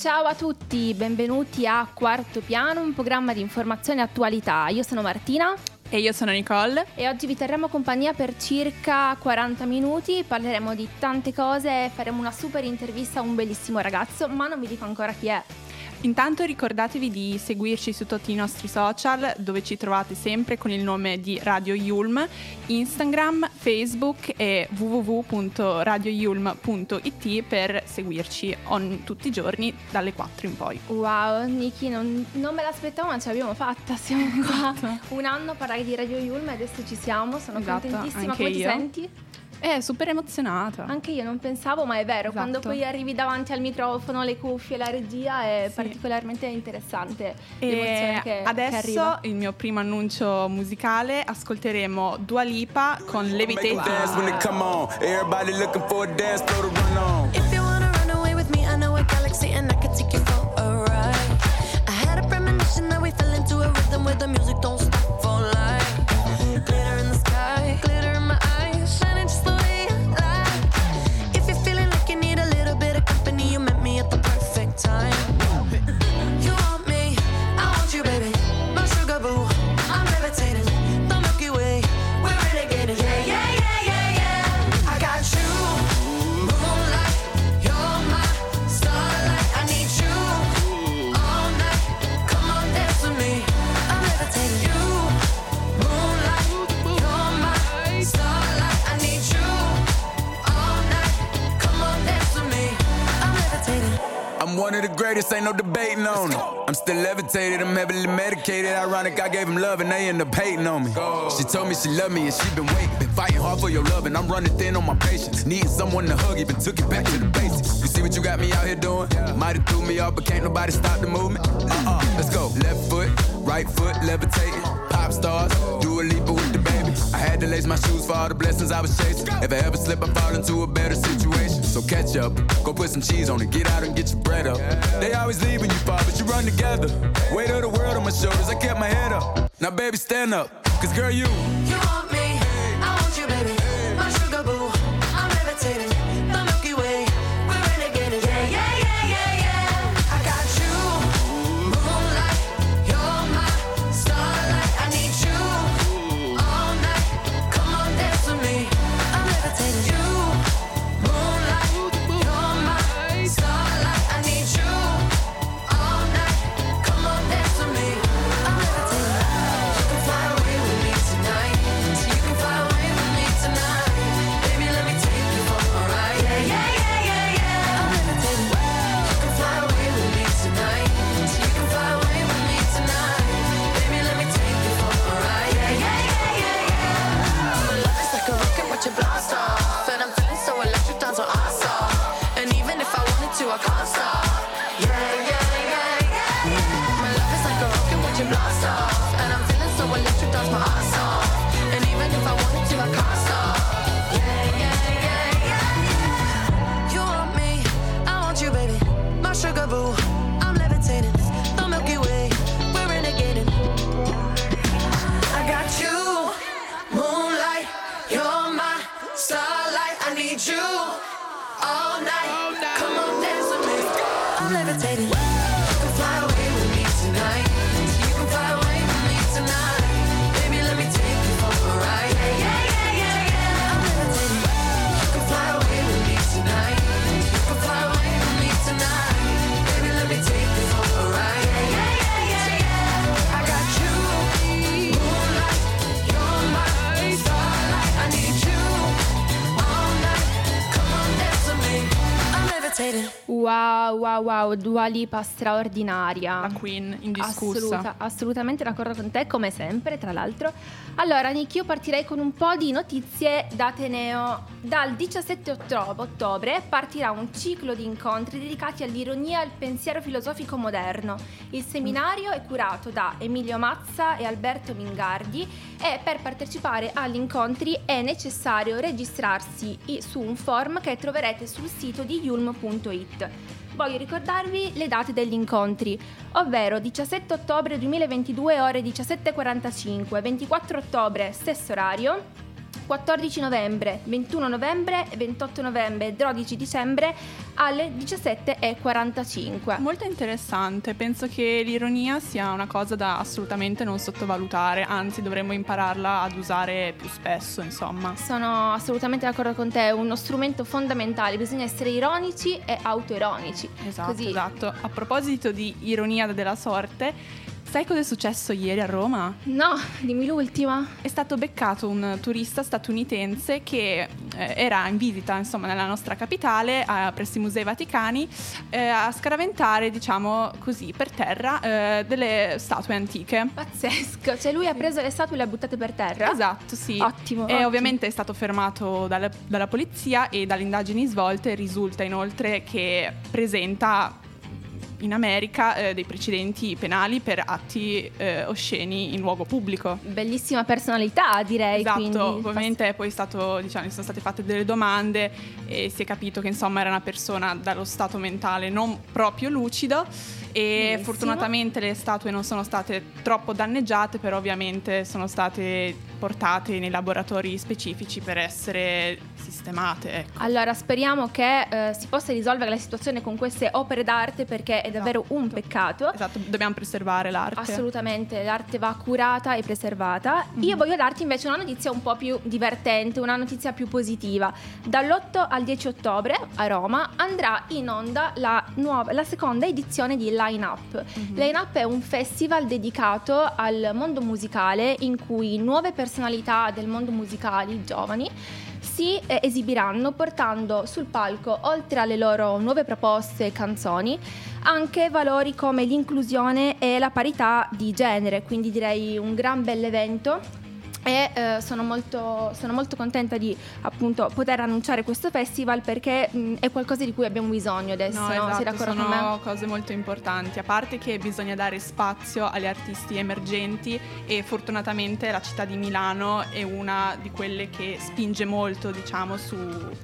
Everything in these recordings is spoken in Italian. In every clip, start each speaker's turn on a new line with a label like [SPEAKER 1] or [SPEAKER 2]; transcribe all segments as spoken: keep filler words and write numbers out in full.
[SPEAKER 1] Ciao a tutti, benvenuti a Quarto Piano, un programma di informazione e attualità. Io sono Martina.
[SPEAKER 2] E io sono Nicole.
[SPEAKER 1] E oggi vi terremo compagnia per circa quaranta minuti, parleremo di tante cose, faremo una super intervista a un bellissimo ragazzo, ma non vi dico ancora chi è.
[SPEAKER 2] Intanto ricordatevi di seguirci su tutti i nostri social, dove ci trovate sempre con il nome di Radio Yulm, Instagram, Facebook e w w w punto radio yulm punto i t per seguirci on, tutti i giorni dalle quattro in poi.
[SPEAKER 1] Wow, Niki, non, non me l'aspettavo, ma ce l'abbiamo fatta, siamo qua un anno a parlare di Radio Yulm e adesso ci siamo, sono
[SPEAKER 2] esatto,
[SPEAKER 1] contentissima.
[SPEAKER 2] Come
[SPEAKER 1] io. Ti senti?
[SPEAKER 2] È super emozionata.
[SPEAKER 1] Anche io non pensavo, ma è vero,
[SPEAKER 2] esatto.
[SPEAKER 1] Quando poi arrivi davanti al microfono, le cuffie, la regia è sì. particolarmente interessante.
[SPEAKER 2] E
[SPEAKER 1] che,
[SPEAKER 2] adesso
[SPEAKER 1] che
[SPEAKER 2] il mio primo annuncio musicale, ascolteremo Dua Lipa con Levitating.
[SPEAKER 3] One of the greatest, ain't no debating on it. I'm still levitated, I'm heavily medicated. Ironic, I gave him love and they end up hating on me. She told me she loved me and she been waiting. Been fighting hard for your love and I'm running thin on my patience. Needing someone to hug, even took it back to the basics. You see what you got me out here doing? Might have threw me off, but can't nobody stop the movement. Uh-uh, let's go. Left foot, right foot, levitating. Pop stars, Dua Lipa with the baby. I had to lace my shoes for all the blessings I was chasing. If I ever slip, I fall into a better situation. So catch up, go put some cheese on it, get out and get your bread up. They always leave when you fall, but you run together. Weight of the world on my shoulders, I kept my head up. Now baby, stand up, cause girl, you
[SPEAKER 4] You want me, I want you, baby. My sugar boo, I'm levitating. The Milky Way, we're renegading. Yeah, yeah, yeah, yeah, yeah. I got you, moonlight. You're my starlight. I need you all night. Come on, dance with me. I'm levitating. You, moonlight. You're my starlight. I need you all night. Come on, dance with me. I'm levitating. You can fly away with me tonight. So you can fly away with me tonight. Baby, let me take you for a ride. Yeah, yeah, yeah, yeah, yeah. I'm levitating. You can fly away with me tonight. So you can fly away with me tonight. Baby, let me take you for a ride. Yeah, yeah, yeah, yeah, yeah. My love is like a rocket, watch it blast off. And I'm feeling so electric, down so awesome. And even if I wanted to, I can't stop. Yeah, yeah, yeah, yeah. My love is like a rocket, watch it blast off. And I'm feeling so electric, dance my ass off. And even if I wanted to, I can't stop. Yeah, yeah, yeah, yeah. You want me, I want you, baby. My sugar boo, I'm levitating. The Milky Way, we're renegading. I got you, moonlight. You're my starlight. I need you all night. Come on, dance with me. I'm levitating. You can fly away with me tonight. You can fly away with me tonight. Baby, let me take you for a ride. Yeah, yeah, yeah, yeah, yeah. I'm levitating. You can fly away with me tonight. You can fly away with me tonight. Baby, let me take you for a ride. Yeah, yeah, yeah, yeah, yeah. I got you, moonlight. You're my starlight. I need you all night. Come on, dance with me. I'm levitating.
[SPEAKER 1] Wow, wow, wow, Dua Lipa straordinaria.
[SPEAKER 2] La Queen, indiscussa.
[SPEAKER 1] Assoluta, assolutamente d'accordo con te, come sempre, tra l'altro. Allora, Nick, io partirei con un po' di notizie da Ateneo. Dal diciassette ottobre partirà un ciclo di incontri dedicati all'ironia e al pensiero filosofico moderno. Il seminario è curato da Emilio Mazza e Alberto Mingardi e per partecipare agli incontri è necessario registrarsi su un form che troverete sul sito di yulm punto it. Voglio ricordarvi le date degli incontri, ovvero diciassette ottobre duemilaventidue ore diciassette e quarantacinque, ventiquattro ottobre stesso orario, quattordici novembre, ventuno novembre, ventotto novembre e dodici dicembre alle diciassette e quarantacinque.
[SPEAKER 2] Molto interessante, penso che l'ironia sia una cosa da assolutamente non sottovalutare, anzi dovremmo impararla ad usare più spesso, insomma.
[SPEAKER 1] Sono assolutamente d'accordo con te, è uno strumento fondamentale, bisogna essere ironici e autoironici.
[SPEAKER 2] Esatto,
[SPEAKER 1] Così.
[SPEAKER 2] esatto. A proposito di ironia della sorte, sai cosa è successo ieri a Roma?
[SPEAKER 1] No, dimmi l'ultima.
[SPEAKER 2] È stato beccato un turista statunitense che eh, era in visita, insomma, nella nostra capitale, a, presso i Musei Vaticani, eh, a scaraventare, diciamo così, per terra eh, delle statue antiche.
[SPEAKER 1] Pazzesco, cioè lui ha preso le statue e le ha buttate per terra?
[SPEAKER 2] Esatto, sì.
[SPEAKER 1] Ottimo.
[SPEAKER 2] E
[SPEAKER 1] ottimo.
[SPEAKER 2] ovviamente è stato fermato dalla, dalla polizia e dalle indagini svolte risulta inoltre che presenta in America eh, dei precedenti penali per atti eh, osceni in luogo pubblico.
[SPEAKER 1] Bellissima personalità, direi.
[SPEAKER 2] Esatto,
[SPEAKER 1] quindi,
[SPEAKER 2] ovviamente è poi stato, diciamo, gli sono state fatte delle domande e si è capito che insomma era una persona dallo stato mentale non proprio lucido e
[SPEAKER 1] Benissimo.
[SPEAKER 2] Fortunatamente le statue non sono state troppo danneggiate, però ovviamente sono state portate nei laboratori specifici per essere sistemate, ecco.
[SPEAKER 1] Allora speriamo che eh, si possa risolvere la situazione con queste opere d'arte, perché è davvero
[SPEAKER 2] Esatto.
[SPEAKER 1] un peccato.
[SPEAKER 2] Esatto, dobbiamo preservare l'arte.
[SPEAKER 1] Assolutamente, l'arte va curata e preservata.
[SPEAKER 2] Mm-hmm.
[SPEAKER 1] Io voglio darti invece una notizia un po' più divertente, una notizia più positiva. Dall'otto al dieci ottobre a Roma andrà in onda la, nuova, la seconda edizione di Line Up.
[SPEAKER 2] Mm-hmm.
[SPEAKER 1] Line Up è un festival dedicato al mondo musicale in cui nuove personalità del mondo musicale, giovani, si eh, esibiranno portando sul palco, oltre alle loro nuove proposte e canzoni, anche valori come l'inclusione e la parità di genere, quindi direi un gran bell'evento. E eh, sono molto sono molto contenta di appunto poter annunciare questo festival, perché mh, è qualcosa di cui abbiamo bisogno adesso,
[SPEAKER 2] No,
[SPEAKER 1] no?
[SPEAKER 2] esatto,
[SPEAKER 1] Sei d'accordo con me?
[SPEAKER 2] sono cose molto importanti, a parte che bisogna dare spazio agli artisti emergenti e fortunatamente la città di Milano è una di quelle che spinge molto, diciamo, su,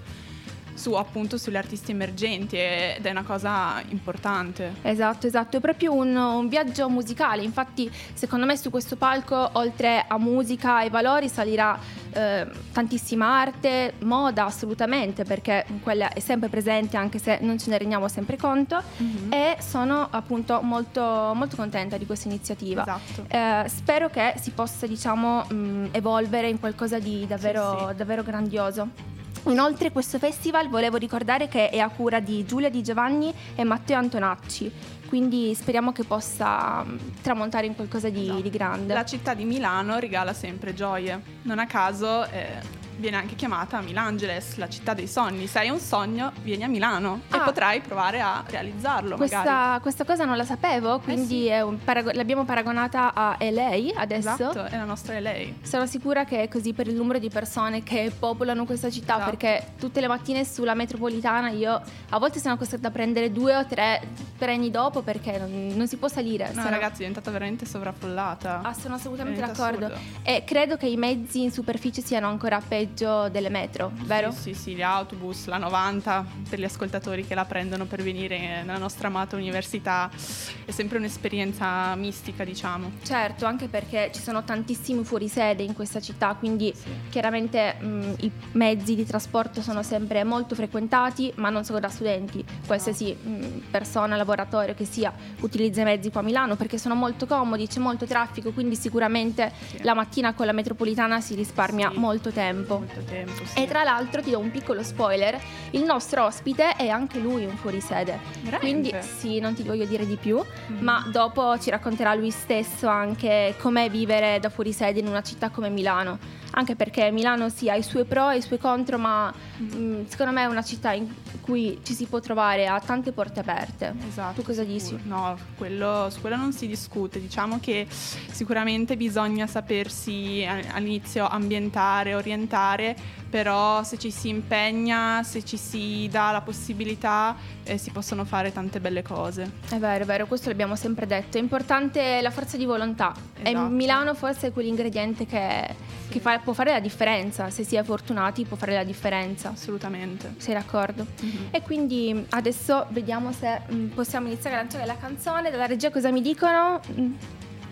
[SPEAKER 2] su appunto sugli artisti emergenti ed è una cosa importante.
[SPEAKER 1] Esatto, esatto, è proprio un, un viaggio musicale. Infatti secondo me su questo palco, oltre a musica e valori, salirà eh, tantissima arte, moda assolutamente, perché quella è sempre presente anche se non ce ne rendiamo sempre conto.
[SPEAKER 2] Mm-hmm.
[SPEAKER 1] E sono appunto molto, molto contenta di questa iniziativa.
[SPEAKER 2] Esatto.
[SPEAKER 1] Eh, spero che si possa, diciamo, mh, evolvere in qualcosa di davvero,
[SPEAKER 2] Sì, sì.
[SPEAKER 1] davvero grandioso. Inoltre questo festival volevo ricordare che è a cura di Giulia Di Giovanni e Matteo Antonacci, quindi speriamo che possa mh, tramontare in qualcosa di,
[SPEAKER 2] Esatto.
[SPEAKER 1] di grande.
[SPEAKER 2] La città di Milano regala sempre gioie, non a caso eh, viene anche chiamata Milangeles, la città dei sogni. Se hai un sogno, vieni a Milano e
[SPEAKER 1] Ah.
[SPEAKER 2] potrai provare a realizzarlo magari.
[SPEAKER 1] Questa, questa cosa non la sapevo, quindi
[SPEAKER 2] sì.
[SPEAKER 1] è un parago- l'abbiamo paragonata a L A adesso.
[SPEAKER 2] Esatto, è la nostra L A.
[SPEAKER 1] Sono sicura che è così per il numero di persone che popolano questa città,
[SPEAKER 2] Esatto.
[SPEAKER 1] perché tutte le mattine sulla metropolitana io a volte sono costretta a prendere due o tre treni dopo, perché non, non si può salire.
[SPEAKER 2] No,
[SPEAKER 1] se no-
[SPEAKER 2] ragazzi, è diventata veramente sovraffollata.
[SPEAKER 1] Ah, sono assolutamente
[SPEAKER 2] Veramente
[SPEAKER 1] d'accordo.
[SPEAKER 2] assurdo.
[SPEAKER 1] E credo che i mezzi in superficie siano ancora peggio delle metro, vero?
[SPEAKER 2] Sì, sì, sì, gli autobus, la novanta, per gli ascoltatori che la prendono per venire nella nostra amata università, è sempre un'esperienza mistica, diciamo.
[SPEAKER 1] Certo, anche perché ci sono tantissimi fuorisede in questa città, quindi chiaramente mh, i mezzi di trasporto sono sempre molto frequentati, ma non solo da studenti, qualsiasi mh, persona, lavoratore che sia, utilizza i mezzi qua a Milano perché sono molto comodi, c'è molto traffico, quindi sicuramente
[SPEAKER 2] Sì.
[SPEAKER 1] la mattina con la metropolitana si risparmia
[SPEAKER 2] Sì.
[SPEAKER 1] molto tempo.
[SPEAKER 2] Molto tempo, sì.
[SPEAKER 1] E tra l'altro ti do un piccolo spoiler, il nostro ospite è anche lui un fuorisede.
[SPEAKER 2] Veramente?
[SPEAKER 1] Quindi sì, non ti voglio dire di più,
[SPEAKER 2] Mm.
[SPEAKER 1] ma dopo ci racconterà lui stesso anche com'è vivere da fuorisede in una città come Milano. Anche perché Milano sì ha i suoi pro e i suoi contro, ma
[SPEAKER 2] Mm.
[SPEAKER 1] mh, secondo me è una città in cui ci si può trovare a tante porte aperte.
[SPEAKER 2] Esatto,
[SPEAKER 1] Tu cosa
[SPEAKER 2] sicuro.
[SPEAKER 1] dici?
[SPEAKER 2] No, quello, su quello non si discute. Diciamo che sicuramente bisogna sapersi a- all'inizio ambientare, orientare, però se ci si impegna, se ci si dà la possibilità, eh, si possono fare tante belle cose.
[SPEAKER 1] È vero, è vero, questo l'abbiamo sempre detto. È importante la forza di volontà. E
[SPEAKER 2] Esatto.
[SPEAKER 1] Milano forse è quell'ingrediente che, che fa- può fare la differenza. Se si è fortunati può fare la differenza.
[SPEAKER 2] Assolutamente.
[SPEAKER 1] Sei d'accordo?
[SPEAKER 2] Mhm.
[SPEAKER 1] E quindi adesso vediamo se mh, possiamo iniziare a lanciare la canzone. Dalla regia cosa mi dicono? Mm.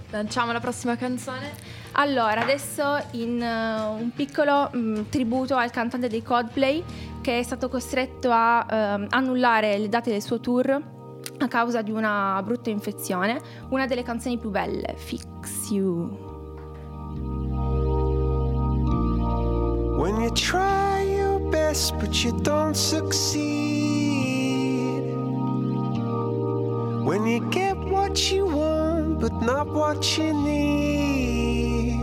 [SPEAKER 5] Lanciamo la prossima canzone.
[SPEAKER 1] Allora, adesso in uh, un piccolo mh, tributo al cantante dei Coldplay, che è stato costretto a uh, annullare le date del suo tour a causa di una brutta infezione. Una delle canzoni più belle, Fix You.
[SPEAKER 6] When you try your best but you don't succeed, when you get what you want but not what you need,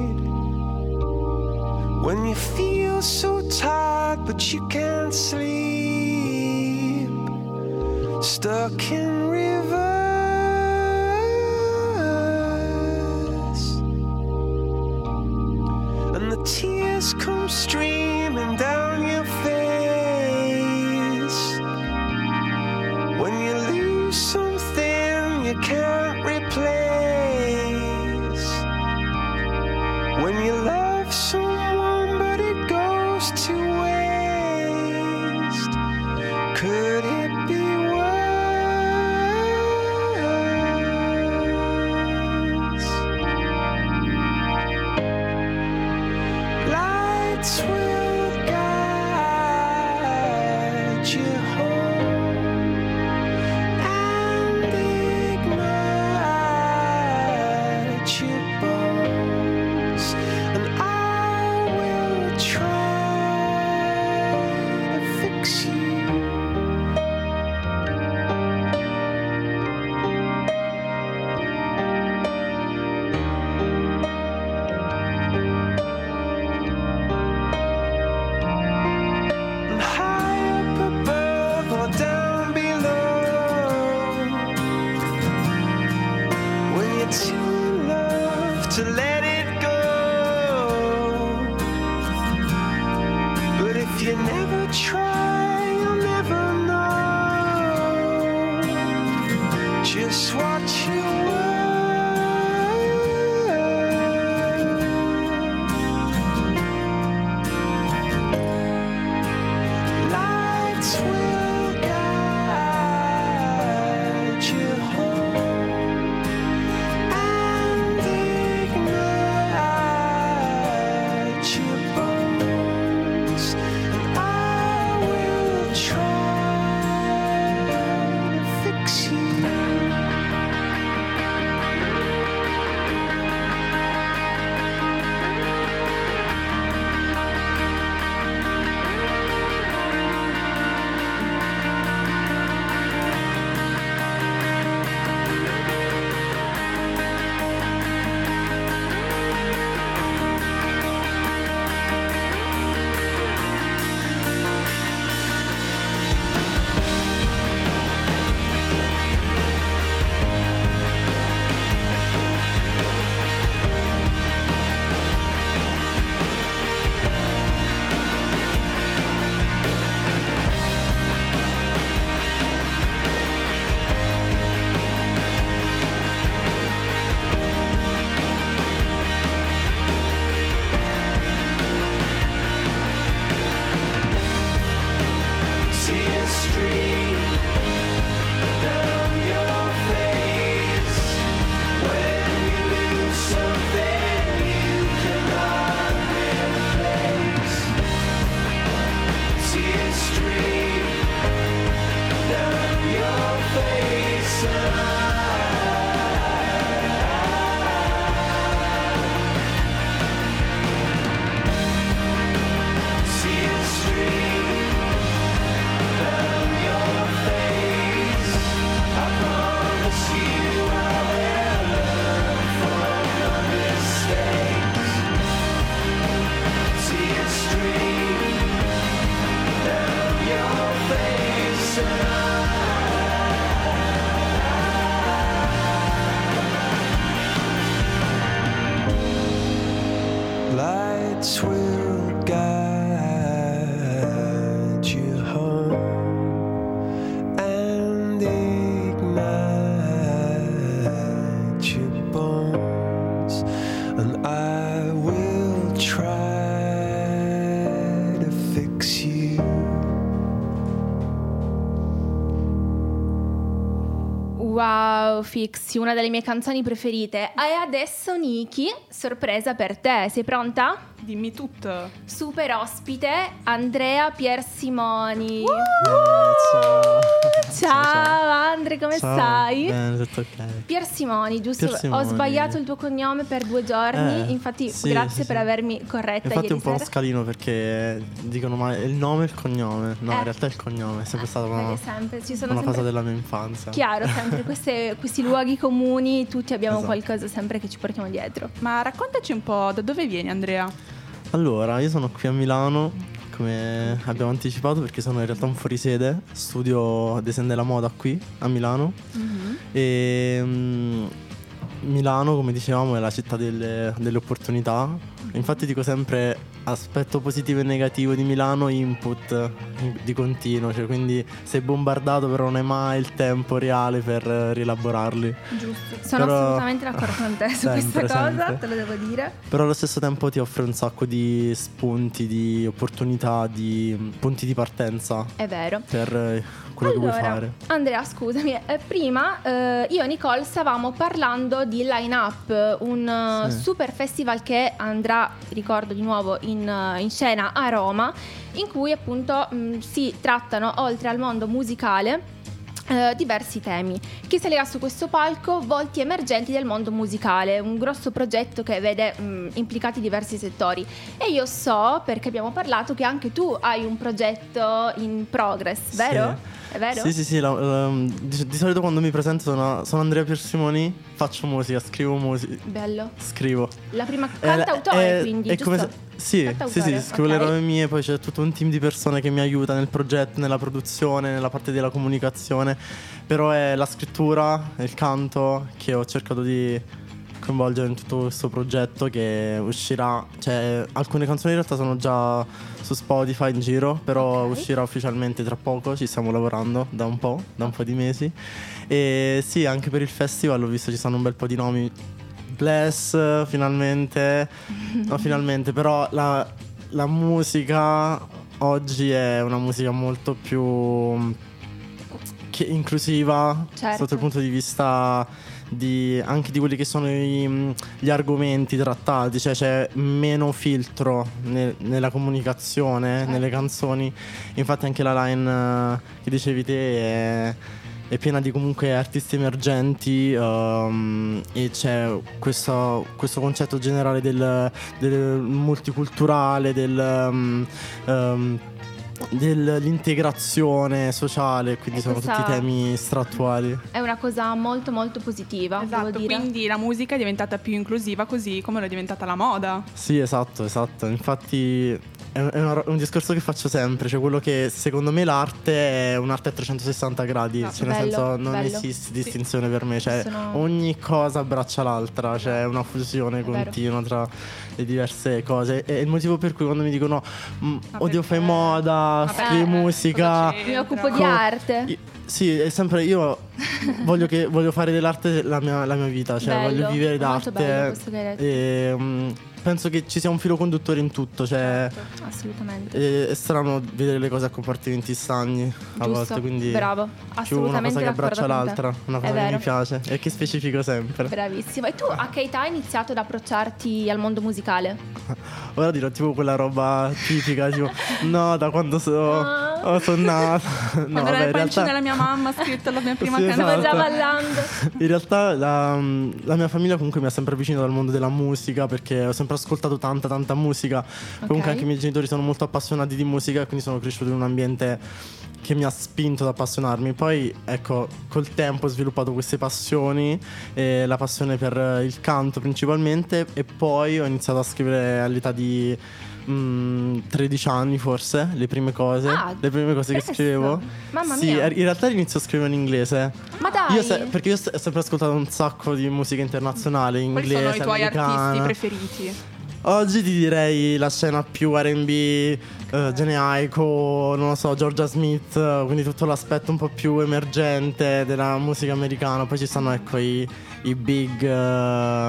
[SPEAKER 6] when you feel so tired but you can't sleep, stuck in reverse, and the tears come streaming down your face, when you lose something you can't replace, when you love someone but it goes to waste, could it be worse? Lights will guide you home and ignite your bones, and I will try to fix you. And high up above or down below, when you're too in love to let it go, but if you never try you'll never know just what you were. Lights will guide you home and ignite your bones, and I will try to fix you. Lights will guide you home and ignite your bones, and I will try to fix you.
[SPEAKER 1] Wow, Fix, una delle mie canzoni preferite. E adesso Niki, sorpresa per te, sei pronta?
[SPEAKER 2] Dimmi tutto.
[SPEAKER 1] Super ospite Andrea Piersimoni.
[SPEAKER 7] Ciao.
[SPEAKER 1] Ciao Andre, come
[SPEAKER 7] Ciao.
[SPEAKER 1] stai?
[SPEAKER 7] Bene, tutto ok.
[SPEAKER 1] Piersimoni, giusto?
[SPEAKER 7] Piersimoni.
[SPEAKER 1] Ho sbagliato il tuo cognome per due giorni,
[SPEAKER 7] Eh,
[SPEAKER 1] infatti
[SPEAKER 7] sì,
[SPEAKER 1] grazie
[SPEAKER 7] sì,
[SPEAKER 1] per
[SPEAKER 7] sì.
[SPEAKER 1] avermi corretta
[SPEAKER 7] Infatti è
[SPEAKER 1] ieri
[SPEAKER 7] un po' uno
[SPEAKER 1] sera.
[SPEAKER 7] scalino perché dicono ma è il nome e il cognome. No,
[SPEAKER 1] Eh.
[SPEAKER 7] in realtà è il cognome, è sempre stata una,
[SPEAKER 1] Vedi, sempre, ci sono
[SPEAKER 7] una
[SPEAKER 1] sempre
[SPEAKER 7] cosa della mia infanzia.
[SPEAKER 1] chiaro, sempre queste- questi luoghi comuni, tutti abbiamo
[SPEAKER 7] Esatto.
[SPEAKER 1] qualcosa sempre che ci portiamo dietro.
[SPEAKER 2] Ma raccontaci un po' da dove vieni, Andrea?
[SPEAKER 7] Allora, io sono qui a Milano, come abbiamo anticipato, perché sono in realtà un fuorisede, studio design della moda qui a Milano. E mm, Milano, come dicevamo, è la città delle, delle opportunità. Infatti dico sempre aspetto positivo e negativo di Milano, input in- di continuo, cioè quindi sei bombardato però non hai mai il tempo reale per eh, rielaborarli.
[SPEAKER 1] Giusto. Sono
[SPEAKER 7] Però-
[SPEAKER 1] assolutamente d'accordo con te su
[SPEAKER 7] Sempre,
[SPEAKER 1] questa cosa,
[SPEAKER 7] sempre.
[SPEAKER 1] te lo devo dire.
[SPEAKER 7] Però allo stesso tempo ti offre un sacco di spunti, di opportunità, di mm, punti di partenza
[SPEAKER 1] È vero.
[SPEAKER 7] per eh, quello che vuoi
[SPEAKER 1] Allora,
[SPEAKER 7] fare.
[SPEAKER 1] Andrea, scusami, eh, prima eh, io e Nicole stavamo parlando di Line Up, un eh,
[SPEAKER 7] Sì.
[SPEAKER 1] super festival che andrà, ricordo di nuovo, in, eh, in scena a Roma, in cui appunto mh, si trattano, oltre al mondo musicale, eh, diversi temi. Chi salirà su questo palco? Volti emergenti del mondo musicale, un grosso progetto che vede mh, implicati diversi settori. E io so, perché abbiamo parlato, che anche tu hai un progetto in progress, vero?
[SPEAKER 7] Sì.
[SPEAKER 1] È vero?
[SPEAKER 7] Sì, sì, sì. la- la- di, di solito quando mi presento sono, sono Andrea Piersimoni, faccio musica, scrivo musica,
[SPEAKER 1] Bello.
[SPEAKER 7] scrivo.
[SPEAKER 1] La prima
[SPEAKER 7] È-
[SPEAKER 1] cantautore,
[SPEAKER 7] è-
[SPEAKER 1] quindi,
[SPEAKER 7] è
[SPEAKER 1] giusto?
[SPEAKER 7] come se- sì, sì, sì,
[SPEAKER 1] Cantautore,
[SPEAKER 7] scrivo
[SPEAKER 1] ok.
[SPEAKER 7] le robe mie, poi c'è tutto un team di persone che mi aiuta nel progetto, nella produzione, nella parte della comunicazione. Però è la scrittura, è il canto che ho cercato di coinvolgere in tutto questo progetto che uscirà, cioè alcune canzoni in realtà sono già su Spotify in giro, però
[SPEAKER 1] Ok.
[SPEAKER 7] uscirà ufficialmente tra poco, ci stiamo lavorando da un po', da un po' di mesi. E sì, anche per il festival ho visto ci sono un bel po' di nomi. Bless finalmente, no finalmente, però la, la musica oggi è una musica molto più che inclusiva
[SPEAKER 1] Certo.
[SPEAKER 7] sotto il punto di vista di, anche di quelli che sono i- gli argomenti trattati, cioè c'è meno filtro ne- nella comunicazione,
[SPEAKER 1] Certo.
[SPEAKER 7] nelle canzoni. Infatti anche la line eh, che dicevi te è, è piena di comunque artisti emergenti, ehm, e c'è questo, questo concetto generale del, del multiculturale, del um, um, dell'integrazione sociale, quindi
[SPEAKER 1] E
[SPEAKER 7] sono
[SPEAKER 1] questa-
[SPEAKER 7] tutti temi strattuali.
[SPEAKER 1] È una cosa molto molto positiva,
[SPEAKER 2] Esatto,
[SPEAKER 1] devo dire.
[SPEAKER 2] quindi la musica è diventata più inclusiva così come lo è diventata la moda.
[SPEAKER 7] Sì, esatto, esatto. Infatti è, è una ro- un discorso che faccio sempre, cioè quello che secondo me l'arte è un'arte a trecentosessanta gradi,
[SPEAKER 2] Esatto.
[SPEAKER 7] cioè nel
[SPEAKER 1] Bello,
[SPEAKER 7] senso non
[SPEAKER 1] bello.
[SPEAKER 7] esiste distinzione per me, cioè
[SPEAKER 1] Sono-
[SPEAKER 7] ogni cosa abbraccia l'altra, c'è una fusione
[SPEAKER 1] È vero.
[SPEAKER 7] continua tra le diverse cose. E il motivo per cui quando mi dicono "Mm,
[SPEAKER 2] Ma
[SPEAKER 7] oddio fai
[SPEAKER 2] perché?
[SPEAKER 7] moda,
[SPEAKER 2] Ma
[SPEAKER 7] scrivi
[SPEAKER 2] perché?
[SPEAKER 7] musica",
[SPEAKER 2] Cosa
[SPEAKER 1] Mi occupo di
[SPEAKER 7] Co-
[SPEAKER 1] arte.
[SPEAKER 7] I- Sì, è sempre io voglio, che, voglio fare dell'arte la mia, la mia vita, cioè
[SPEAKER 1] Bello,
[SPEAKER 7] voglio vivere
[SPEAKER 1] molto bello
[SPEAKER 7] d'arte
[SPEAKER 1] questo che hai detto.
[SPEAKER 7] e mm, penso che ci sia un filo conduttore in tutto, cioè
[SPEAKER 1] Assolutamente.
[SPEAKER 7] è, è strano vedere le cose a compartimenti stagni a
[SPEAKER 1] Giusto,
[SPEAKER 7] volte, quindi
[SPEAKER 1] bravo,
[SPEAKER 7] più una
[SPEAKER 1] assolutamente
[SPEAKER 7] cosa che abbraccia
[SPEAKER 1] d'accordo con
[SPEAKER 7] l'altra,
[SPEAKER 1] te.
[SPEAKER 7] una
[SPEAKER 1] È
[SPEAKER 7] cosa che
[SPEAKER 1] vero.
[SPEAKER 7] mi piace e che specifico sempre.
[SPEAKER 1] Bravissimo. E tu a che età hai iniziato ad approcciarti al mondo musicale?
[SPEAKER 7] Ora dirò tipo quella roba tipica, tipo no, da quando so,
[SPEAKER 1] Ah.
[SPEAKER 7] oh, sono nata. No,
[SPEAKER 2] Quando
[SPEAKER 7] vabbè,
[SPEAKER 2] era
[SPEAKER 7] in
[SPEAKER 2] il pancino
[SPEAKER 7] realtà-
[SPEAKER 2] della mia mamma ha scritto la mia prima
[SPEAKER 7] Sì,
[SPEAKER 2] canzone.
[SPEAKER 1] Stavo già
[SPEAKER 7] Esatto.
[SPEAKER 1] ballando.
[SPEAKER 7] In realtà la, la mia famiglia comunque mi ha sempre avvicinato al mondo della musica perché ho sempre ascoltato tanta tanta musica. Comunque anche i miei genitori sono molto appassionati di musica e quindi sono cresciuto in un ambiente che mi ha spinto ad appassionarmi. Poi ecco, col tempo ho sviluppato queste passioni, eh, la passione per il canto principalmente, e poi ho iniziato a scrivere all'età di mm, tredici anni forse, le prime cose,
[SPEAKER 1] Ah,
[SPEAKER 7] le prime cose
[SPEAKER 1] presto.
[SPEAKER 7] che scrivevo.
[SPEAKER 1] Mamma
[SPEAKER 7] sì,
[SPEAKER 1] mia.
[SPEAKER 7] in realtà all'inizio scrivevo in inglese.
[SPEAKER 1] Ma dai.
[SPEAKER 7] Io se- perché io ho sempre ascoltato un sacco di musica internazionale,
[SPEAKER 2] Quali
[SPEAKER 7] inglese,
[SPEAKER 2] sono i tuoi
[SPEAKER 7] americana.
[SPEAKER 2] artisti preferiti?
[SPEAKER 7] Oggi ti direi la scena più R and B, eh, Jhené Aiko, non lo so, Georgia Smith, eh, quindi tutto l'aspetto un po' più emergente della musica americana. Poi ci stanno ecco i, i big, eh,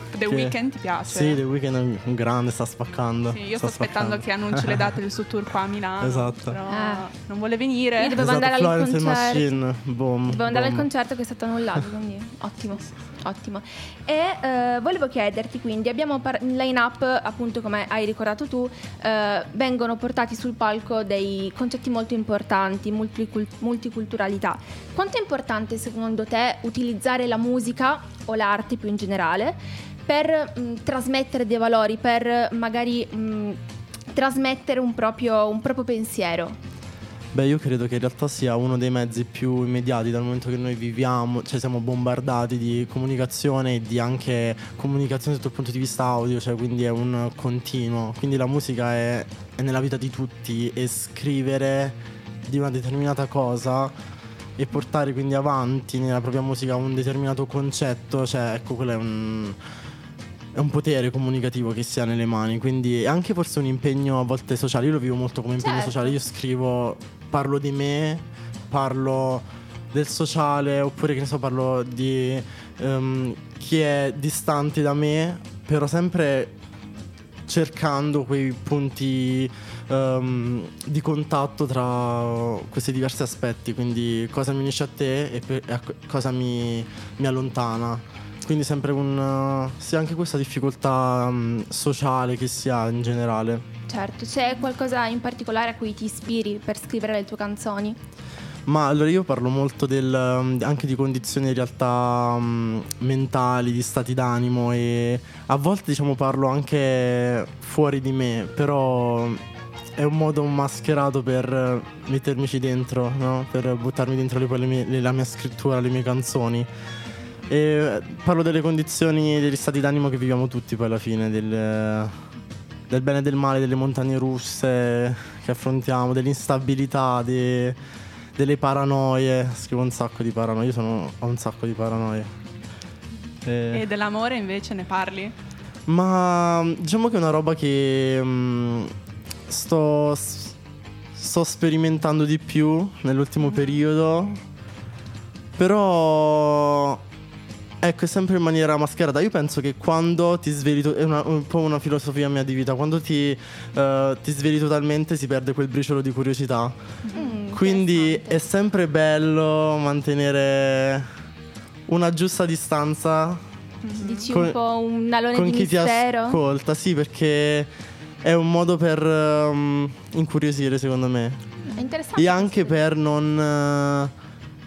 [SPEAKER 2] The
[SPEAKER 7] Che-
[SPEAKER 2] Weeknd ti piace?
[SPEAKER 7] Sì, The Weeknd è un grande, sta spaccando.
[SPEAKER 2] Sì, io
[SPEAKER 7] sta
[SPEAKER 2] sto aspettando
[SPEAKER 7] spaccando.
[SPEAKER 2] che annunci le date del suo tour qua a Milano.
[SPEAKER 7] Esatto.
[SPEAKER 2] Però
[SPEAKER 1] Ah.
[SPEAKER 2] non vuole venire.
[SPEAKER 1] Io dovevo
[SPEAKER 7] Esatto,
[SPEAKER 1] andare al
[SPEAKER 7] Florence and
[SPEAKER 1] concerto.
[SPEAKER 7] Machine, boom,
[SPEAKER 1] Dovevo andare al
[SPEAKER 7] boom.
[SPEAKER 1] concerto che è stato annullato, quindi ottimo, ottimo. E eh, volevo chiederti, quindi abbiamo par- in line-up, appunto come hai ricordato tu, eh, vengono portati sul palco dei concetti molto importanti, multicul- multiculturalità. Quanto è importante secondo te utilizzare la musica o l'arte più in generale per mh, trasmettere dei valori, per magari mh, trasmettere un proprio, un proprio pensiero?
[SPEAKER 7] Beh, io credo che in realtà sia uno dei mezzi più immediati dal momento che noi viviamo, cioè siamo bombardati di comunicazione e di anche comunicazione sotto il punto di vista audio, cioè quindi è un continuo. Quindi la musica è, è nella vita di tutti e scrivere di una determinata cosa e portare quindi avanti nella propria musica un determinato concetto, cioè ecco, quello è un... è un potere comunicativo che si ha nelle mani, quindi è anche forse un impegno a volte sociale. Io lo vivo molto come impegno
[SPEAKER 1] Certo.
[SPEAKER 7] sociale. Io scrivo, parlo di me, parlo del sociale, oppure che ne so, parlo di ehm, chi è distante da me, però sempre cercando quei punti ehm, di contatto tra questi diversi aspetti, quindi cosa mi unisce a te e, per- e a co- cosa mi, mi allontana. Quindi sempre un sì, anche questa difficoltà mm, sociale che si ha in generale.
[SPEAKER 1] Certo, c'è qualcosa in particolare a cui ti ispiri per scrivere le tue canzoni?
[SPEAKER 7] Ma allora io parlo molto del, mm, anche di condizioni in realtà mm, mentali, di stati d'animo, e a volte diciamo parlo anche fuori di me, però è un modo mascherato per mettermici dentro, no? Per buttarmi dentro le, poi le mie- le- la mia scrittura, le mie canzoni. E parlo delle condizioni, degli stati d'animo che viviamo tutti poi alla fine, del, del bene e del male, delle montagne russe che affrontiamo, dell'instabilità, de- delle paranoie. Scrivo un sacco di paranoie, io sono, ho un sacco di paranoie. E-
[SPEAKER 2] E dell'amore invece ne parli?
[SPEAKER 7] Ma diciamo che è una roba che mm, sto, sto sperimentando di più nell'ultimo periodo, però ecco, è sempre in maniera mascherata. Io penso che quando ti sveli, to- è una- un po' una filosofia mia di vita, quando ti, eh, ti sveli totalmente si perde quel briciolo di curiosità.
[SPEAKER 1] Mm,
[SPEAKER 7] Quindi
[SPEAKER 1] interessante.
[SPEAKER 7] è sempre bello mantenere una giusta distanza
[SPEAKER 1] Dici
[SPEAKER 7] con-
[SPEAKER 1] un po' un alone
[SPEAKER 7] con
[SPEAKER 1] di
[SPEAKER 7] chi ti
[SPEAKER 1] mistero?
[SPEAKER 7] ascolta, sì, perché è un modo per ehm, incuriosire, secondo me,
[SPEAKER 1] È interessante.
[SPEAKER 7] e anche per non eh,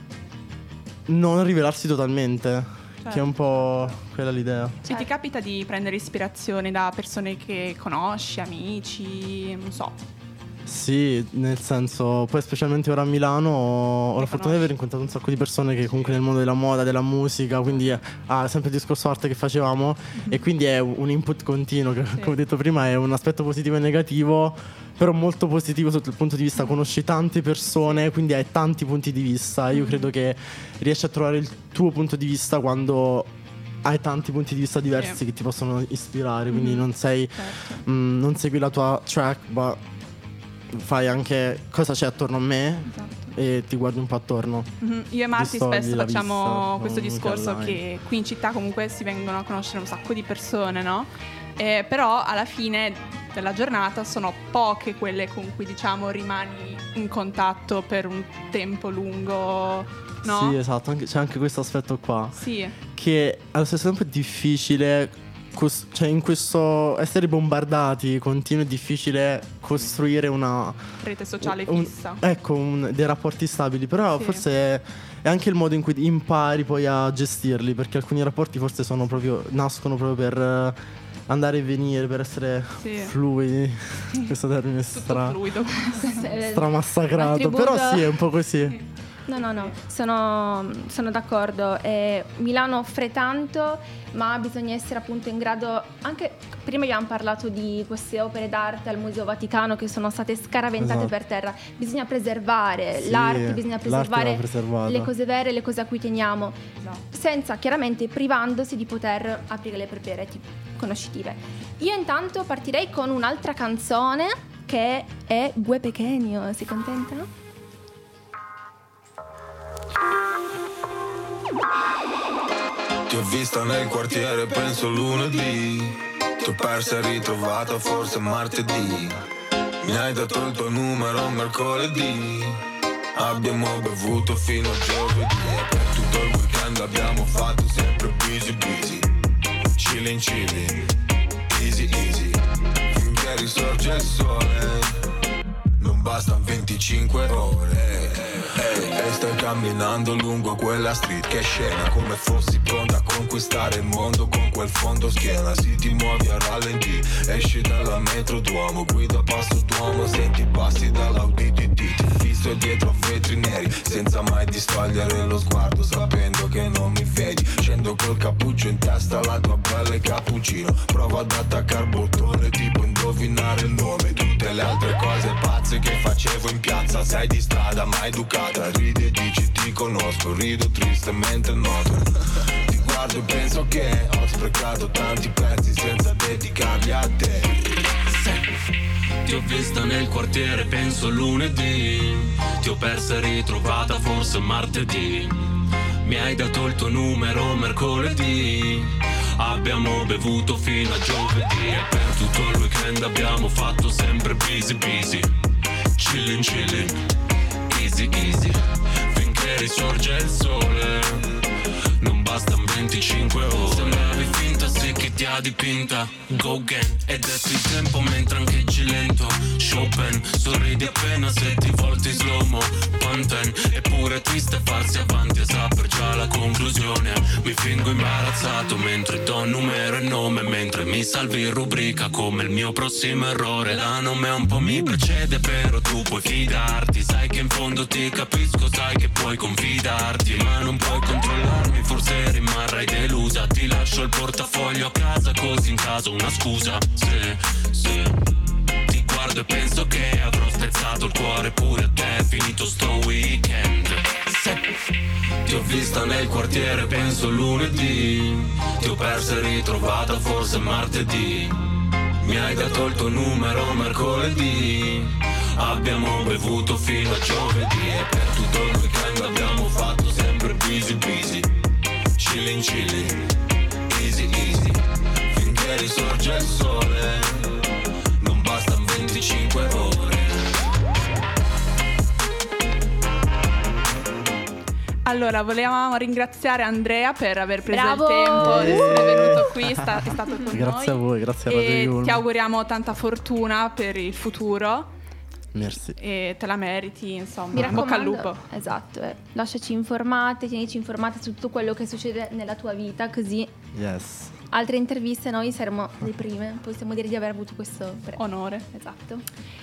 [SPEAKER 7] non rivelarsi totalmente, che è un po' quella l'idea.
[SPEAKER 2] Se ti capita di prendere ispirazione da persone che conosci, amici, non so.
[SPEAKER 7] Sì, nel senso, poi specialmente ora a Milano ho, ho la fortuna di aver incontrato un sacco di persone che comunque nel mondo della moda, della musica, quindi ha ah, sempre il discorso arte che facevamo, e quindi è un input continuo che, come ho detto prima, è un aspetto positivo e negativo, però molto positivo sotto il punto di vista, conosci tante persone, quindi hai tanti punti di vista. Io credo che riesci a trovare il tuo punto di vista quando hai tanti punti di vista diversi
[SPEAKER 2] Sì.
[SPEAKER 7] che ti possono ispirare, quindi non sei
[SPEAKER 2] Certo.
[SPEAKER 7] mm, non segui la tua track, ma fai anche cosa c'è attorno a me
[SPEAKER 2] Esatto.
[SPEAKER 7] e ti guardi un po' attorno.
[SPEAKER 2] Mhm. Io e Marti
[SPEAKER 7] Distogli
[SPEAKER 2] spesso
[SPEAKER 7] la
[SPEAKER 2] facciamo
[SPEAKER 7] vista,
[SPEAKER 2] questo
[SPEAKER 7] non
[SPEAKER 2] discorso
[SPEAKER 7] online.
[SPEAKER 2] che qui in città comunque si vengono a conoscere un sacco di persone, no? Eh, però alla fine della giornata sono poche quelle con cui diciamo rimani in contatto per un tempo lungo, no?
[SPEAKER 7] Sì, esatto, anche- c'è anche questo aspetto qua,
[SPEAKER 2] Sì,
[SPEAKER 7] che allo stesso tempo è difficile, cos- cioè in questo essere bombardati continuo è difficile costruire una
[SPEAKER 2] rete sociale
[SPEAKER 7] un-
[SPEAKER 2] fissa.
[SPEAKER 7] ecco, un- dei rapporti stabili, però
[SPEAKER 2] Sì.
[SPEAKER 7] forse è, è anche il modo in cui impari poi a gestirli, perché alcuni rapporti forse sono proprio nascono proprio per eh, andare e venire, per essere
[SPEAKER 2] Sì.
[SPEAKER 7] fluidi. Questo termine è
[SPEAKER 2] Tutto
[SPEAKER 7] stra,
[SPEAKER 2] fluido.
[SPEAKER 7] stramassacrato,
[SPEAKER 1] Attributo-
[SPEAKER 7] però sì, è un po' così.
[SPEAKER 1] No, no, no, sono, sono d'accordo. Eh, Milano offre tanto, ma bisogna essere appunto in grado. Anche prima abbiamo parlato di queste opere d'arte al Museo Vaticano che sono state scaraventate
[SPEAKER 7] Esatto.
[SPEAKER 1] per terra. Bisogna preservare
[SPEAKER 7] Sì,
[SPEAKER 1] l'arte, bisogna
[SPEAKER 7] l'arte
[SPEAKER 1] preservare
[SPEAKER 7] va preservata.
[SPEAKER 1] le cose vere, le cose a cui teniamo,
[SPEAKER 2] Esatto.
[SPEAKER 1] senza chiaramente privandosi di poter aprire le proprie reti conoscitive. Io intanto partirei con un'altra canzone che è Gue Pequeño. Si contenta?
[SPEAKER 8] Ti ho vista nel quartiere, penso lunedì. Ti ho persa e ritrovata forse martedì. Mi hai dato il tuo numero mercoledì. Abbiamo bevuto fino a giovedì. E per tutto il weekend abbiamo fatto sempre busy busy. Chillin' chillin', easy easy. Finché risorge il sole, non bastano venticinque ore. Hey, e stai camminando lungo quella street, che scena, come fossi pronta a conquistare il mondo con quel fondo schiena. Si ti muovi a rallenti, esci dalla metro Duomo, guida a passo d'uomo, senti i passi dall'Audi T T. Ti fisso dietro a vetri neri, senza mai distogliere lo sguardo, sapendo che non mi vedi. Scendo col cappuccio in testa, la tua pelle cappuccino. Provo ad attaccare bottone, tipo indovinare il nome. Tutte le altre cose pazze che facevo in piazza, sei di strada ma educata. Ridi e dici ti conosco, rido tristemente noto. Ti guardo e penso che ho sprecato tanti pezzi senza dedicarli a te.
[SPEAKER 9] Ti ho vista nel quartiere, penso lunedì. Ti ho persa e ritrovata forse martedì. Mi hai dato il tuo numero mercoledì. Abbiamo bevuto fino a giovedì. E per tutto il weekend abbiamo fatto sempre busy busy. Chillin' chillin', easy easy. Finché risorge il sole, non bastano venticinque ore. Sembravi finta, sì che ti ha dipinta. Go again, è detto il tempo mentre ancheggi lento. Chopin, sorridi appena se ti volti slow-mo. Panten, eppure triste farsi avanti e saper già la conclusione. Mi fingo imbarazzato mentre do numero e nome, mentre mi salvi in rubrica come il mio prossimo errore. La nome un po' mi precede, però tu puoi fidarti. Sai che in fondo ti capisco, sai che puoi confidarti, ma non puoi controllarmi, forse rimarrai delusa. Ti lascio il portafoglio a casa, così in caso una scusa. Se, se ti guardo e penso che avrò spezzato il cuore pure a te, finito sto weekend. Se ti ho vista nel quartiere, penso lunedì. Ti ho persa e ritrovata forse martedì. Mi hai dato il tuo numero mercoledì. Abbiamo bevuto fino a giovedì. E per tutto il weekend abbiamo fatto sempre busy busy. Chillin' chillin', easy easy. Finché risorge il sole, non bastano venticinque ore.
[SPEAKER 2] Allora, volevamo ringraziare Andrea per aver preso
[SPEAKER 1] Bravo!
[SPEAKER 2] il tempo di essere venuto qui, sta, è stato con
[SPEAKER 7] Grazie
[SPEAKER 2] noi.
[SPEAKER 7] a voi, grazie a Radio
[SPEAKER 2] E
[SPEAKER 7] Yulm.
[SPEAKER 2] ti auguriamo tanta fortuna per il futuro.
[SPEAKER 7] Merci.
[SPEAKER 2] E te la meriti, insomma.
[SPEAKER 1] Mi
[SPEAKER 2] In bocca al
[SPEAKER 1] raccomando,
[SPEAKER 2] lupo.
[SPEAKER 1] esatto, eh. Lasciaci informate, tienici informate su tutto quello che succede nella tua vita, così
[SPEAKER 7] Yes.
[SPEAKER 1] altre interviste noi saremo le prime, possiamo dire di aver avuto questo pre-
[SPEAKER 2] Onore.
[SPEAKER 1] Esatto.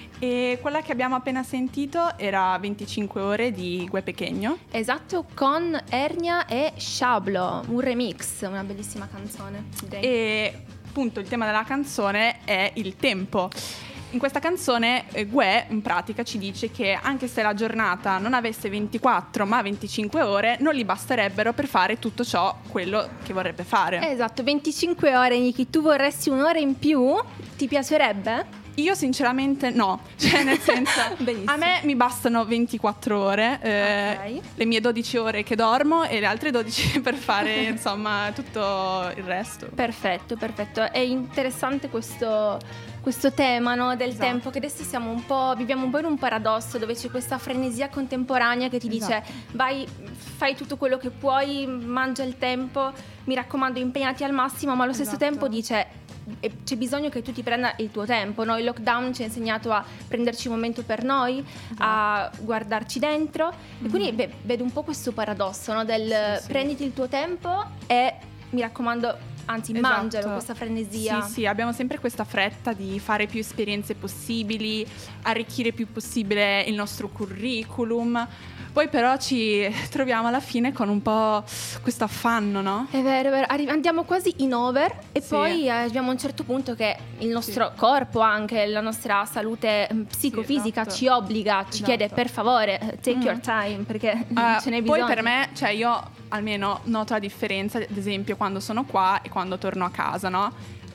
[SPEAKER 2] E quella che abbiamo appena sentito era venticinque ore di Gue Pequeño.
[SPEAKER 1] Esatto, con Ernia e Shablo, un remix, una bellissima canzone. direi.
[SPEAKER 2] E appunto il tema della canzone è il tempo. In questa canzone eh, Gue in pratica ci dice che anche se la giornata non avesse ventiquattro ma venticinque ore, non gli basterebbero per fare tutto ciò quello che vorrebbe fare.
[SPEAKER 1] Esatto, venticinque ore, Niki, tu vorresti un'ora in più? Ti piacerebbe?
[SPEAKER 2] Io sinceramente no, cioè nel senso
[SPEAKER 1] Benissimo.
[SPEAKER 2] a me mi bastano ventiquattro ore, eh,
[SPEAKER 1] Ok.
[SPEAKER 2] le mie dodici ore che dormo e le altre dodici per fare insomma tutto il resto.
[SPEAKER 1] Perfetto, perfetto. È interessante questo, questo tema, no, del
[SPEAKER 2] Esatto.
[SPEAKER 1] tempo, che adesso siamo un po', viviamo un po' in un paradosso dove c'è questa frenesia contemporanea che ti dice
[SPEAKER 2] Esatto.
[SPEAKER 1] vai, fai tutto quello che puoi, mangia il tempo, mi raccomando impegnati al massimo, ma allo stesso
[SPEAKER 2] Esatto.
[SPEAKER 1] tempo dice e c'è bisogno che tu ti prenda il tuo tempo, no? Il lockdown ci ha insegnato a prenderci un momento per noi, a guardarci dentro e quindi beh, vedo un po' questo paradosso, no? Del
[SPEAKER 2] Mm-hmm. Sì, sì.
[SPEAKER 1] prenditi il tuo tempo e mi raccomando, anzi
[SPEAKER 2] Esatto.
[SPEAKER 1] mangialo, questa frenesia.
[SPEAKER 2] Sì, sì, abbiamo sempre questa fretta di fare più esperienze possibili, arricchire più possibile il nostro curriculum. Poi però ci troviamo alla fine con un po' questo affanno, no?
[SPEAKER 1] È vero, è vero. Arri- andiamo quasi in over e
[SPEAKER 2] Sì.
[SPEAKER 1] poi arriviamo a un certo punto che il nostro corpo, anche la nostra salute mm, psicofisica
[SPEAKER 2] esatto.
[SPEAKER 1] ci obbliga, ci
[SPEAKER 2] Esatto.
[SPEAKER 1] chiede per favore eh, take
[SPEAKER 2] Mm.
[SPEAKER 1] your time perché
[SPEAKER 2] Eh,
[SPEAKER 1] ce n'è bisogno.
[SPEAKER 2] poi per me, cioè io almeno noto la differenza, ad esempio quando sono qua e quando torno a casa, no?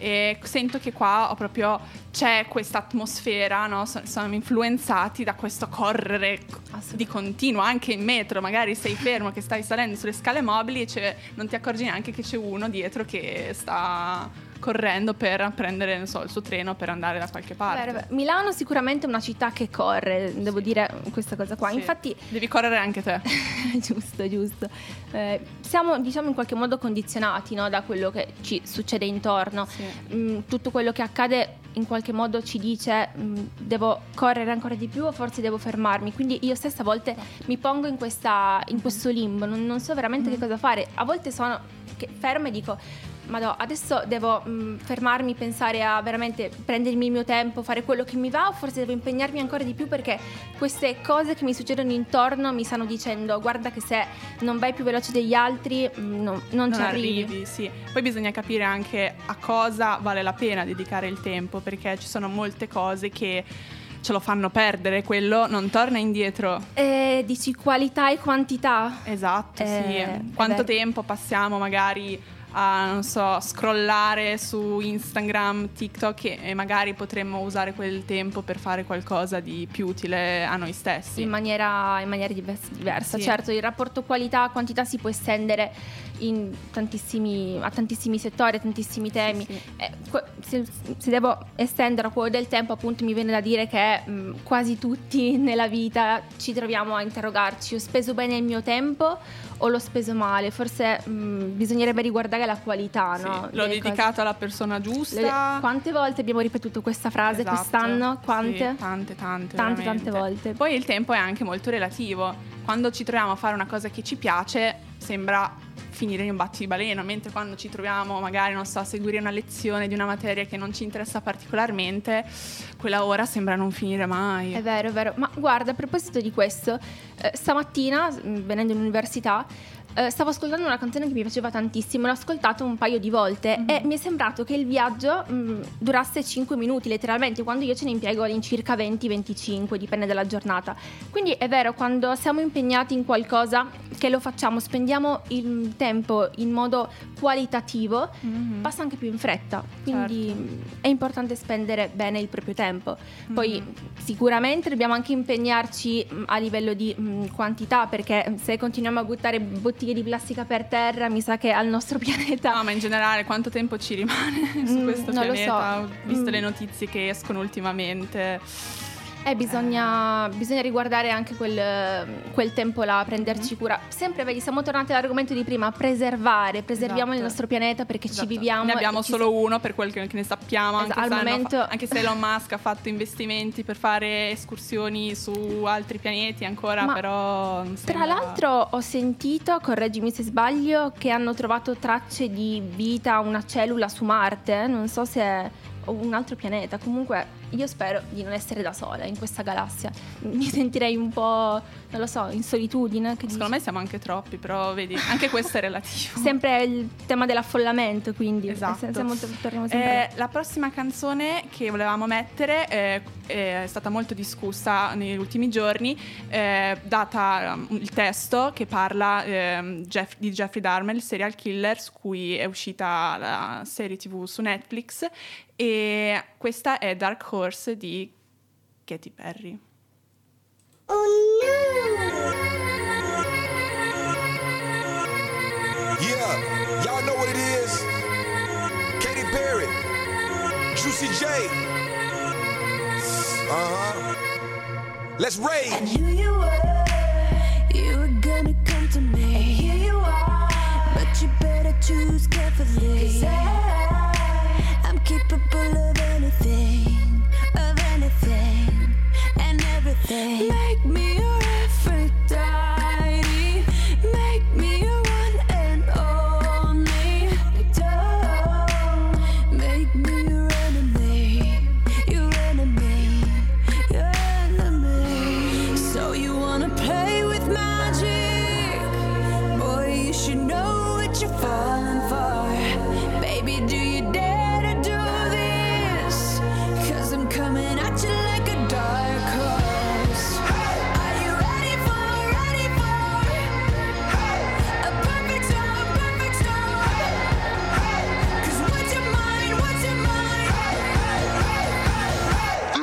[SPEAKER 2] e sento che qua ho proprio c'è questa atmosfera, no? So- sono influenzati da questo correre di continuo, anche in metro, magari sei fermo che stai salendo sulle scale mobili e c'è, non ti accorgi neanche che c'è uno dietro che sta correndo per prendere, non so, il suo treno per andare da qualche parte.
[SPEAKER 1] Beh, beh, Milano sicuramente è una città che corre, devo dire questa cosa qua.
[SPEAKER 2] Sì.
[SPEAKER 1] Infatti
[SPEAKER 2] devi correre anche te.
[SPEAKER 1] giusto, giusto. Eh, siamo, diciamo, in qualche modo condizionati, no, da quello che ci succede intorno.
[SPEAKER 2] Sì.
[SPEAKER 1] Mm, tutto quello che accade in qualche modo ci dice mm, devo correre ancora di più o forse devo fermarmi. Quindi io stessa a volte mi pongo in, questa, in questo limbo, non, non so veramente
[SPEAKER 2] Mm.
[SPEAKER 1] che cosa fare. A volte sono che fermo e dico Madò, adesso devo mh, fermarmi, pensare a veramente prendermi il mio tempo, fare quello che mi va, o forse devo impegnarmi ancora di più perché queste cose che mi succedono intorno mi stanno dicendo guarda che se non vai più veloce degli altri mh, no, non,
[SPEAKER 2] Non
[SPEAKER 1] ci arrivi.
[SPEAKER 2] arrivi, sì. Poi bisogna capire anche a cosa vale la pena dedicare il tempo, perché ci sono molte cose che ce lo fanno perdere, quello non torna indietro.
[SPEAKER 1] Eh, dici qualità e quantità?
[SPEAKER 2] Esatto,
[SPEAKER 1] Eh,
[SPEAKER 2] sì.
[SPEAKER 1] è
[SPEAKER 2] Quanto
[SPEAKER 1] vero.
[SPEAKER 2] tempo passiamo magari a, non so, scrollare su Instagram, TikTok e, e magari potremmo usare quel tempo per fare qualcosa di più utile a noi stessi.
[SPEAKER 1] In maniera, in maniera divers- diversa.
[SPEAKER 2] Sì.
[SPEAKER 1] Certo, il rapporto qualità-quantità si può estendere in tantissimi, a tantissimi settori, a tantissimi temi.
[SPEAKER 2] Sì.
[SPEAKER 1] Eh, que- se, se devo estendere a quello del tempo, appunto, mi viene da dire che mh, quasi tutti nella vita ci troviamo a interrogarci: ho speso bene il mio tempo o l'ho speso male? Forse mh, bisognerebbe riguardare la qualità,
[SPEAKER 2] Sì,
[SPEAKER 1] no?
[SPEAKER 2] l'ho
[SPEAKER 1] delle
[SPEAKER 2] dedicato
[SPEAKER 1] cose.
[SPEAKER 2] alla persona
[SPEAKER 1] Le-
[SPEAKER 2] giusta.
[SPEAKER 1] Quante volte abbiamo ripetuto questa frase
[SPEAKER 2] Esatto.
[SPEAKER 1] quest'anno? Quante?
[SPEAKER 2] Sì, tante, tante.
[SPEAKER 1] Tante,
[SPEAKER 2] veramente.
[SPEAKER 1] tante volte.
[SPEAKER 2] Poi il tempo è anche molto relativo. Quando ci troviamo a fare una cosa che ci piace, sembra finire in un battibaleno, mentre quando ci troviamo magari, non so, a seguire una lezione di una materia che non ci interessa particolarmente, quella ora sembra non finire mai.
[SPEAKER 1] È vero, è vero. Ma guarda, a proposito di questo, eh, stamattina, mh, venendo in università, eh, stavo ascoltando una canzone che mi piaceva tantissimo, l'ho ascoltato un paio di volte
[SPEAKER 2] Mhm.
[SPEAKER 1] e mi è sembrato che il viaggio mh, durasse cinque minuti, letteralmente, quando io ce ne impiego all'incirca venti venticinque, dipende dalla giornata. Quindi è vero, quando siamo impegnati in qualcosa, che lo facciamo, spendiamo il tempo in modo qualitativo,
[SPEAKER 2] Mhm.
[SPEAKER 1] passa anche più in fretta. Quindi mh, è importante spendere bene il proprio tempo. Poi
[SPEAKER 2] Mhm.
[SPEAKER 1] sicuramente dobbiamo anche impegnarci mh, a livello di mh, quantità, perché se continuiamo a buttare bottiglie di plastica per terra, mi sa che al nostro pianeta
[SPEAKER 2] No, ma in generale quanto tempo ci rimane su
[SPEAKER 1] Mm,
[SPEAKER 2] questo
[SPEAKER 1] non lo
[SPEAKER 2] pianeta?
[SPEAKER 1] so.
[SPEAKER 2] Visto
[SPEAKER 1] Mm.
[SPEAKER 2] le notizie che escono ultimamente.
[SPEAKER 1] Eh, bisogna, bisogna riguardare anche quel, quel tempo là, prenderci
[SPEAKER 2] Mhm.
[SPEAKER 1] cura. Sempre, vedi, siamo tornati all'argomento di prima: preservare, preserviamo
[SPEAKER 2] Esatto.
[SPEAKER 1] il nostro pianeta perché
[SPEAKER 2] Esatto.
[SPEAKER 1] ci viviamo.
[SPEAKER 2] Ne abbiamo
[SPEAKER 1] e ci
[SPEAKER 2] solo uno per quel che che ne sappiamo, anche,
[SPEAKER 1] Esatto, al
[SPEAKER 2] se hanno
[SPEAKER 1] momento-
[SPEAKER 2] fa- anche se Elon Musk ha fatto investimenti per fare escursioni su altri pianeti ancora,
[SPEAKER 1] Ma
[SPEAKER 2] però non
[SPEAKER 1] Tra
[SPEAKER 2] sembra-
[SPEAKER 1] l'altro ho sentito, correggimi se sbaglio, che hanno trovato tracce di vita, una cellula su Marte, non so se è un altro pianeta. Comunque io spero di non essere da sola in questa galassia. Mi sentirei un po', non lo so, in solitudine. Che
[SPEAKER 2] Secondo
[SPEAKER 1] dici?
[SPEAKER 2] me siamo anche troppi, però vedi, anche questo è relativo.
[SPEAKER 1] Sempre il tema dell'affollamento, quindi
[SPEAKER 2] Esatto.
[SPEAKER 1] se- siamo- torniamo sempre
[SPEAKER 2] Eh, la prossima canzone che volevamo mettere eh, è stata molto discussa negli ultimi giorni, eh, data um, il testo che parla ehm, Jeff- di Jeffrey Dahmer, il serial killer, su cui è uscita la serie tivù su Netflix, e questa è Dark Horse di Katy Perry.
[SPEAKER 10] Yeah, y'all know what it is. Katy Perry, Juicy J. Uh-huh. Let's rage.
[SPEAKER 4] I knew you were, you were gonna come to me. And here you are, but you better choose carefully. 'Cause I, I'm capable of anything, of anything, and everything. Make me your Aphrodite, make me your one and only. Don't make me your enemy, your enemy, your enemy. So you wanna play with magic? Boy, you should know what you're falling for. Baby,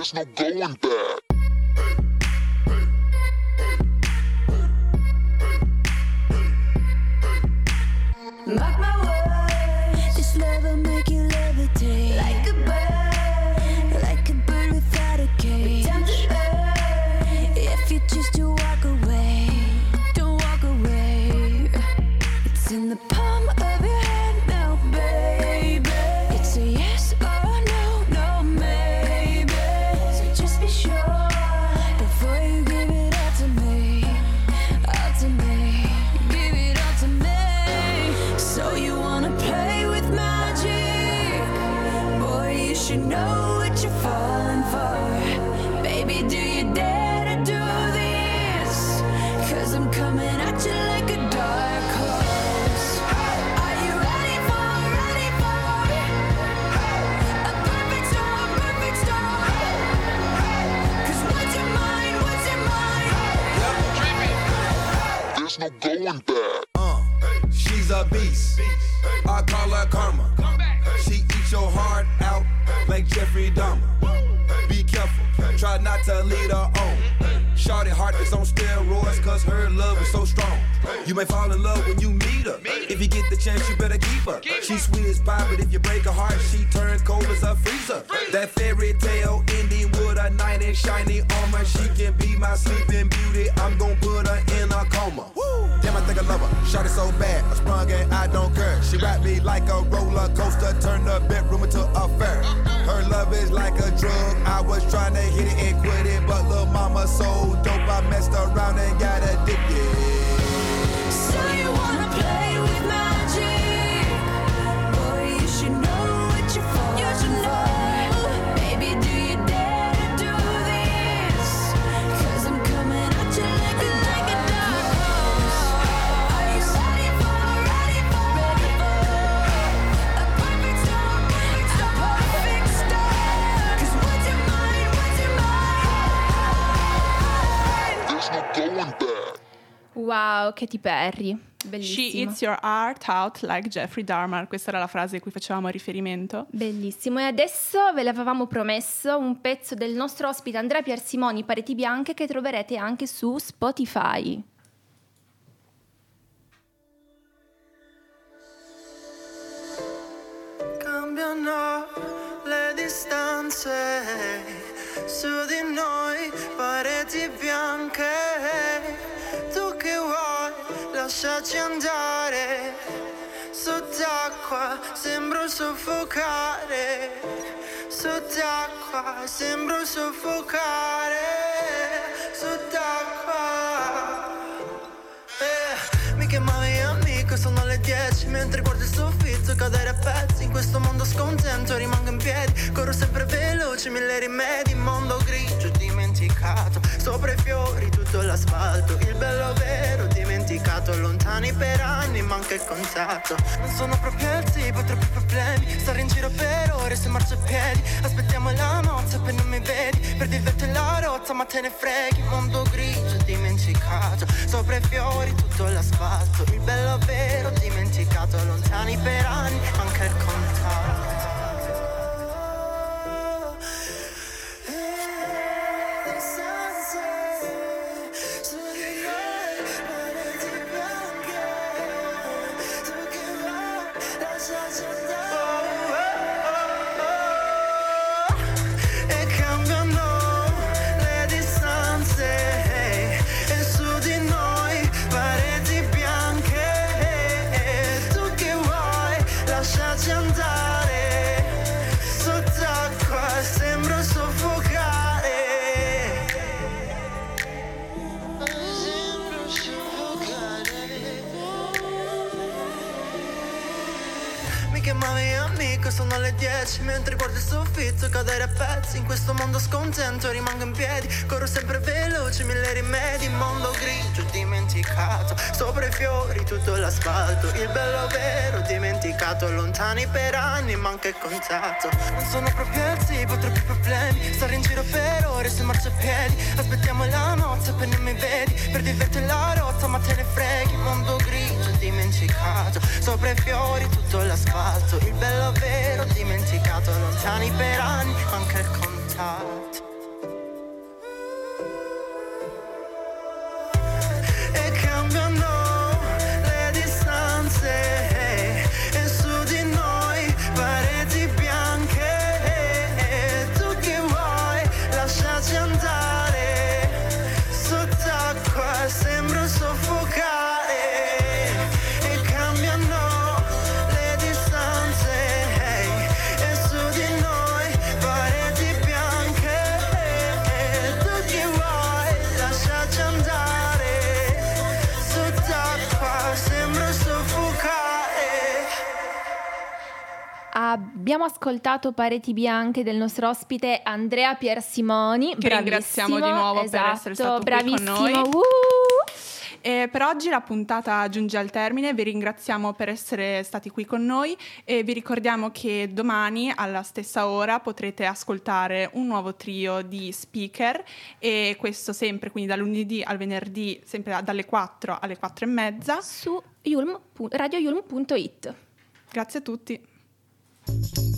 [SPEAKER 11] There's no going back.
[SPEAKER 4] Mark my words, this love will make you levitate like a bird, like a bird without a cage. Down to earth, if you choose to walk away, don't walk away. It's in the palm of your hand now, baby. It's a yes or no, no maybe. So just be sure before you give it all to me, all to me, give it all to me. So you wanna play with magic? Boy, you should know what you're falling for. Baby, do you dare to do this? Cause I'm coming at you like a dark horse. Are you ready for, ready for a perfect storm, perfect storm? Cause what's your mind, what's your mind?
[SPEAKER 11] There's no going back.
[SPEAKER 10] Uh, she's a beast. I call her karma. She eats your heart out like Jeffrey Dahmer. Be careful, try not to lead her on. Shawty heart is on steroids cause her love is so strong. You may fall in love when you meet her. If you get the chance, you better keep her. She's sweet as pie, but if you break her heart, she turns cold as a freezer. That fairy tale ending with a knight in shiny armor. She can be my sleeping beauty. I'm gon' put her in a coma. Damn, I think I love her. Shawty so bad, I sprung and I don't care. She wrapped me like a roller coaster, turned the bedroom into a fair. Her love is like a drug. I was trying to hit it and quit it, but lil' mama so dope, I messed around and got addicted.
[SPEAKER 4] So you wanna play with magic? Boy, you should know what you're falling you should for. Baby, do you dare to do this? Cause I'm coming at you like a, like a dark horse. Are you ready for, ready for, ready for a perfect storm, a perfect storm? Cause what's your mind, what's your mind?
[SPEAKER 11] There's no going back.
[SPEAKER 1] Wow, Katy Perry, bellissima.
[SPEAKER 2] She eats your heart out like Jeffrey Dahmer. Questa era la frase a cui facevamo riferimento.
[SPEAKER 1] Bellissimo. E adesso ve l'avevamo promesso un pezzo del nostro ospite Andrea Piersimoni, Pareti Bianche, che troverete anche su Spotify.
[SPEAKER 6] Cambiano le distanze su di noi, pareti bianche. Tu che vuoi lasciarci andare sott'acqua, sembro soffocare. Sott'acqua, sembro soffocare. Sott'acqua. Eh, mi chiamavi amico, sono le dieci mentre guardo il soffitto cadere a pezzi. In questo mondo scontento rimango in piedi, corro sempre veloce, mille rimedi. Mondo grigio dimenticato, sopra i fiori tutto l'asfalto. Il bello vero dimenticato, lontani per anni, manca il contatto. Non sono proprio il tipo, troppi problemi. Stare in giro per ore su marciapiedi. Aspettiamo la nozze per non mi vedi, per divertirti la rozza ma te ne freghi. Mondo grigio dimenticato, sopra i fiori tutto l'asfalto. Il bello vero dimenticato, lontani per anni, manca il contatto. Sono le dieci mentre guardo il soffitto cadere a pezzi. In questo mondo scontento rimango in piedi, corro sempre veloce, mille rimedi. Mondo grigio dimenticato, sopra i fiori tutto l'asfalto. Il bello vero dimenticato, lontani per anni, manca il contatto. Non sono proprio il tipo, troppi problemi. Stare in giro per ore su marciapiedi. Aspettiamo la nozze per non mi vedi, per divertirti la rozza ma te ne freghi. Mondo grigio dimenticato, sopra i fiori tutto l'asfalto. Il bello vero dimenticato, lontani per anni, manca il contatto.
[SPEAKER 1] abbiamo ascoltato Pareti Bianche del nostro ospite Andrea Piersimoni,
[SPEAKER 2] che ringraziamo di nuovo
[SPEAKER 1] esatto,
[SPEAKER 2] per essere stato
[SPEAKER 1] bravissimo.
[SPEAKER 2] qui con noi.
[SPEAKER 1] Uh!
[SPEAKER 2] E per oggi la puntata giunge al termine, vi ringraziamo per essere stati qui con noi e vi ricordiamo che domani alla stessa ora potrete ascoltare un nuovo trio di speaker, e questo sempre quindi da lunedì al venerdì, sempre dalle quattro alle quattro e mezza
[SPEAKER 1] su Yulm, radio yulm punto it.
[SPEAKER 2] Grazie a tutti.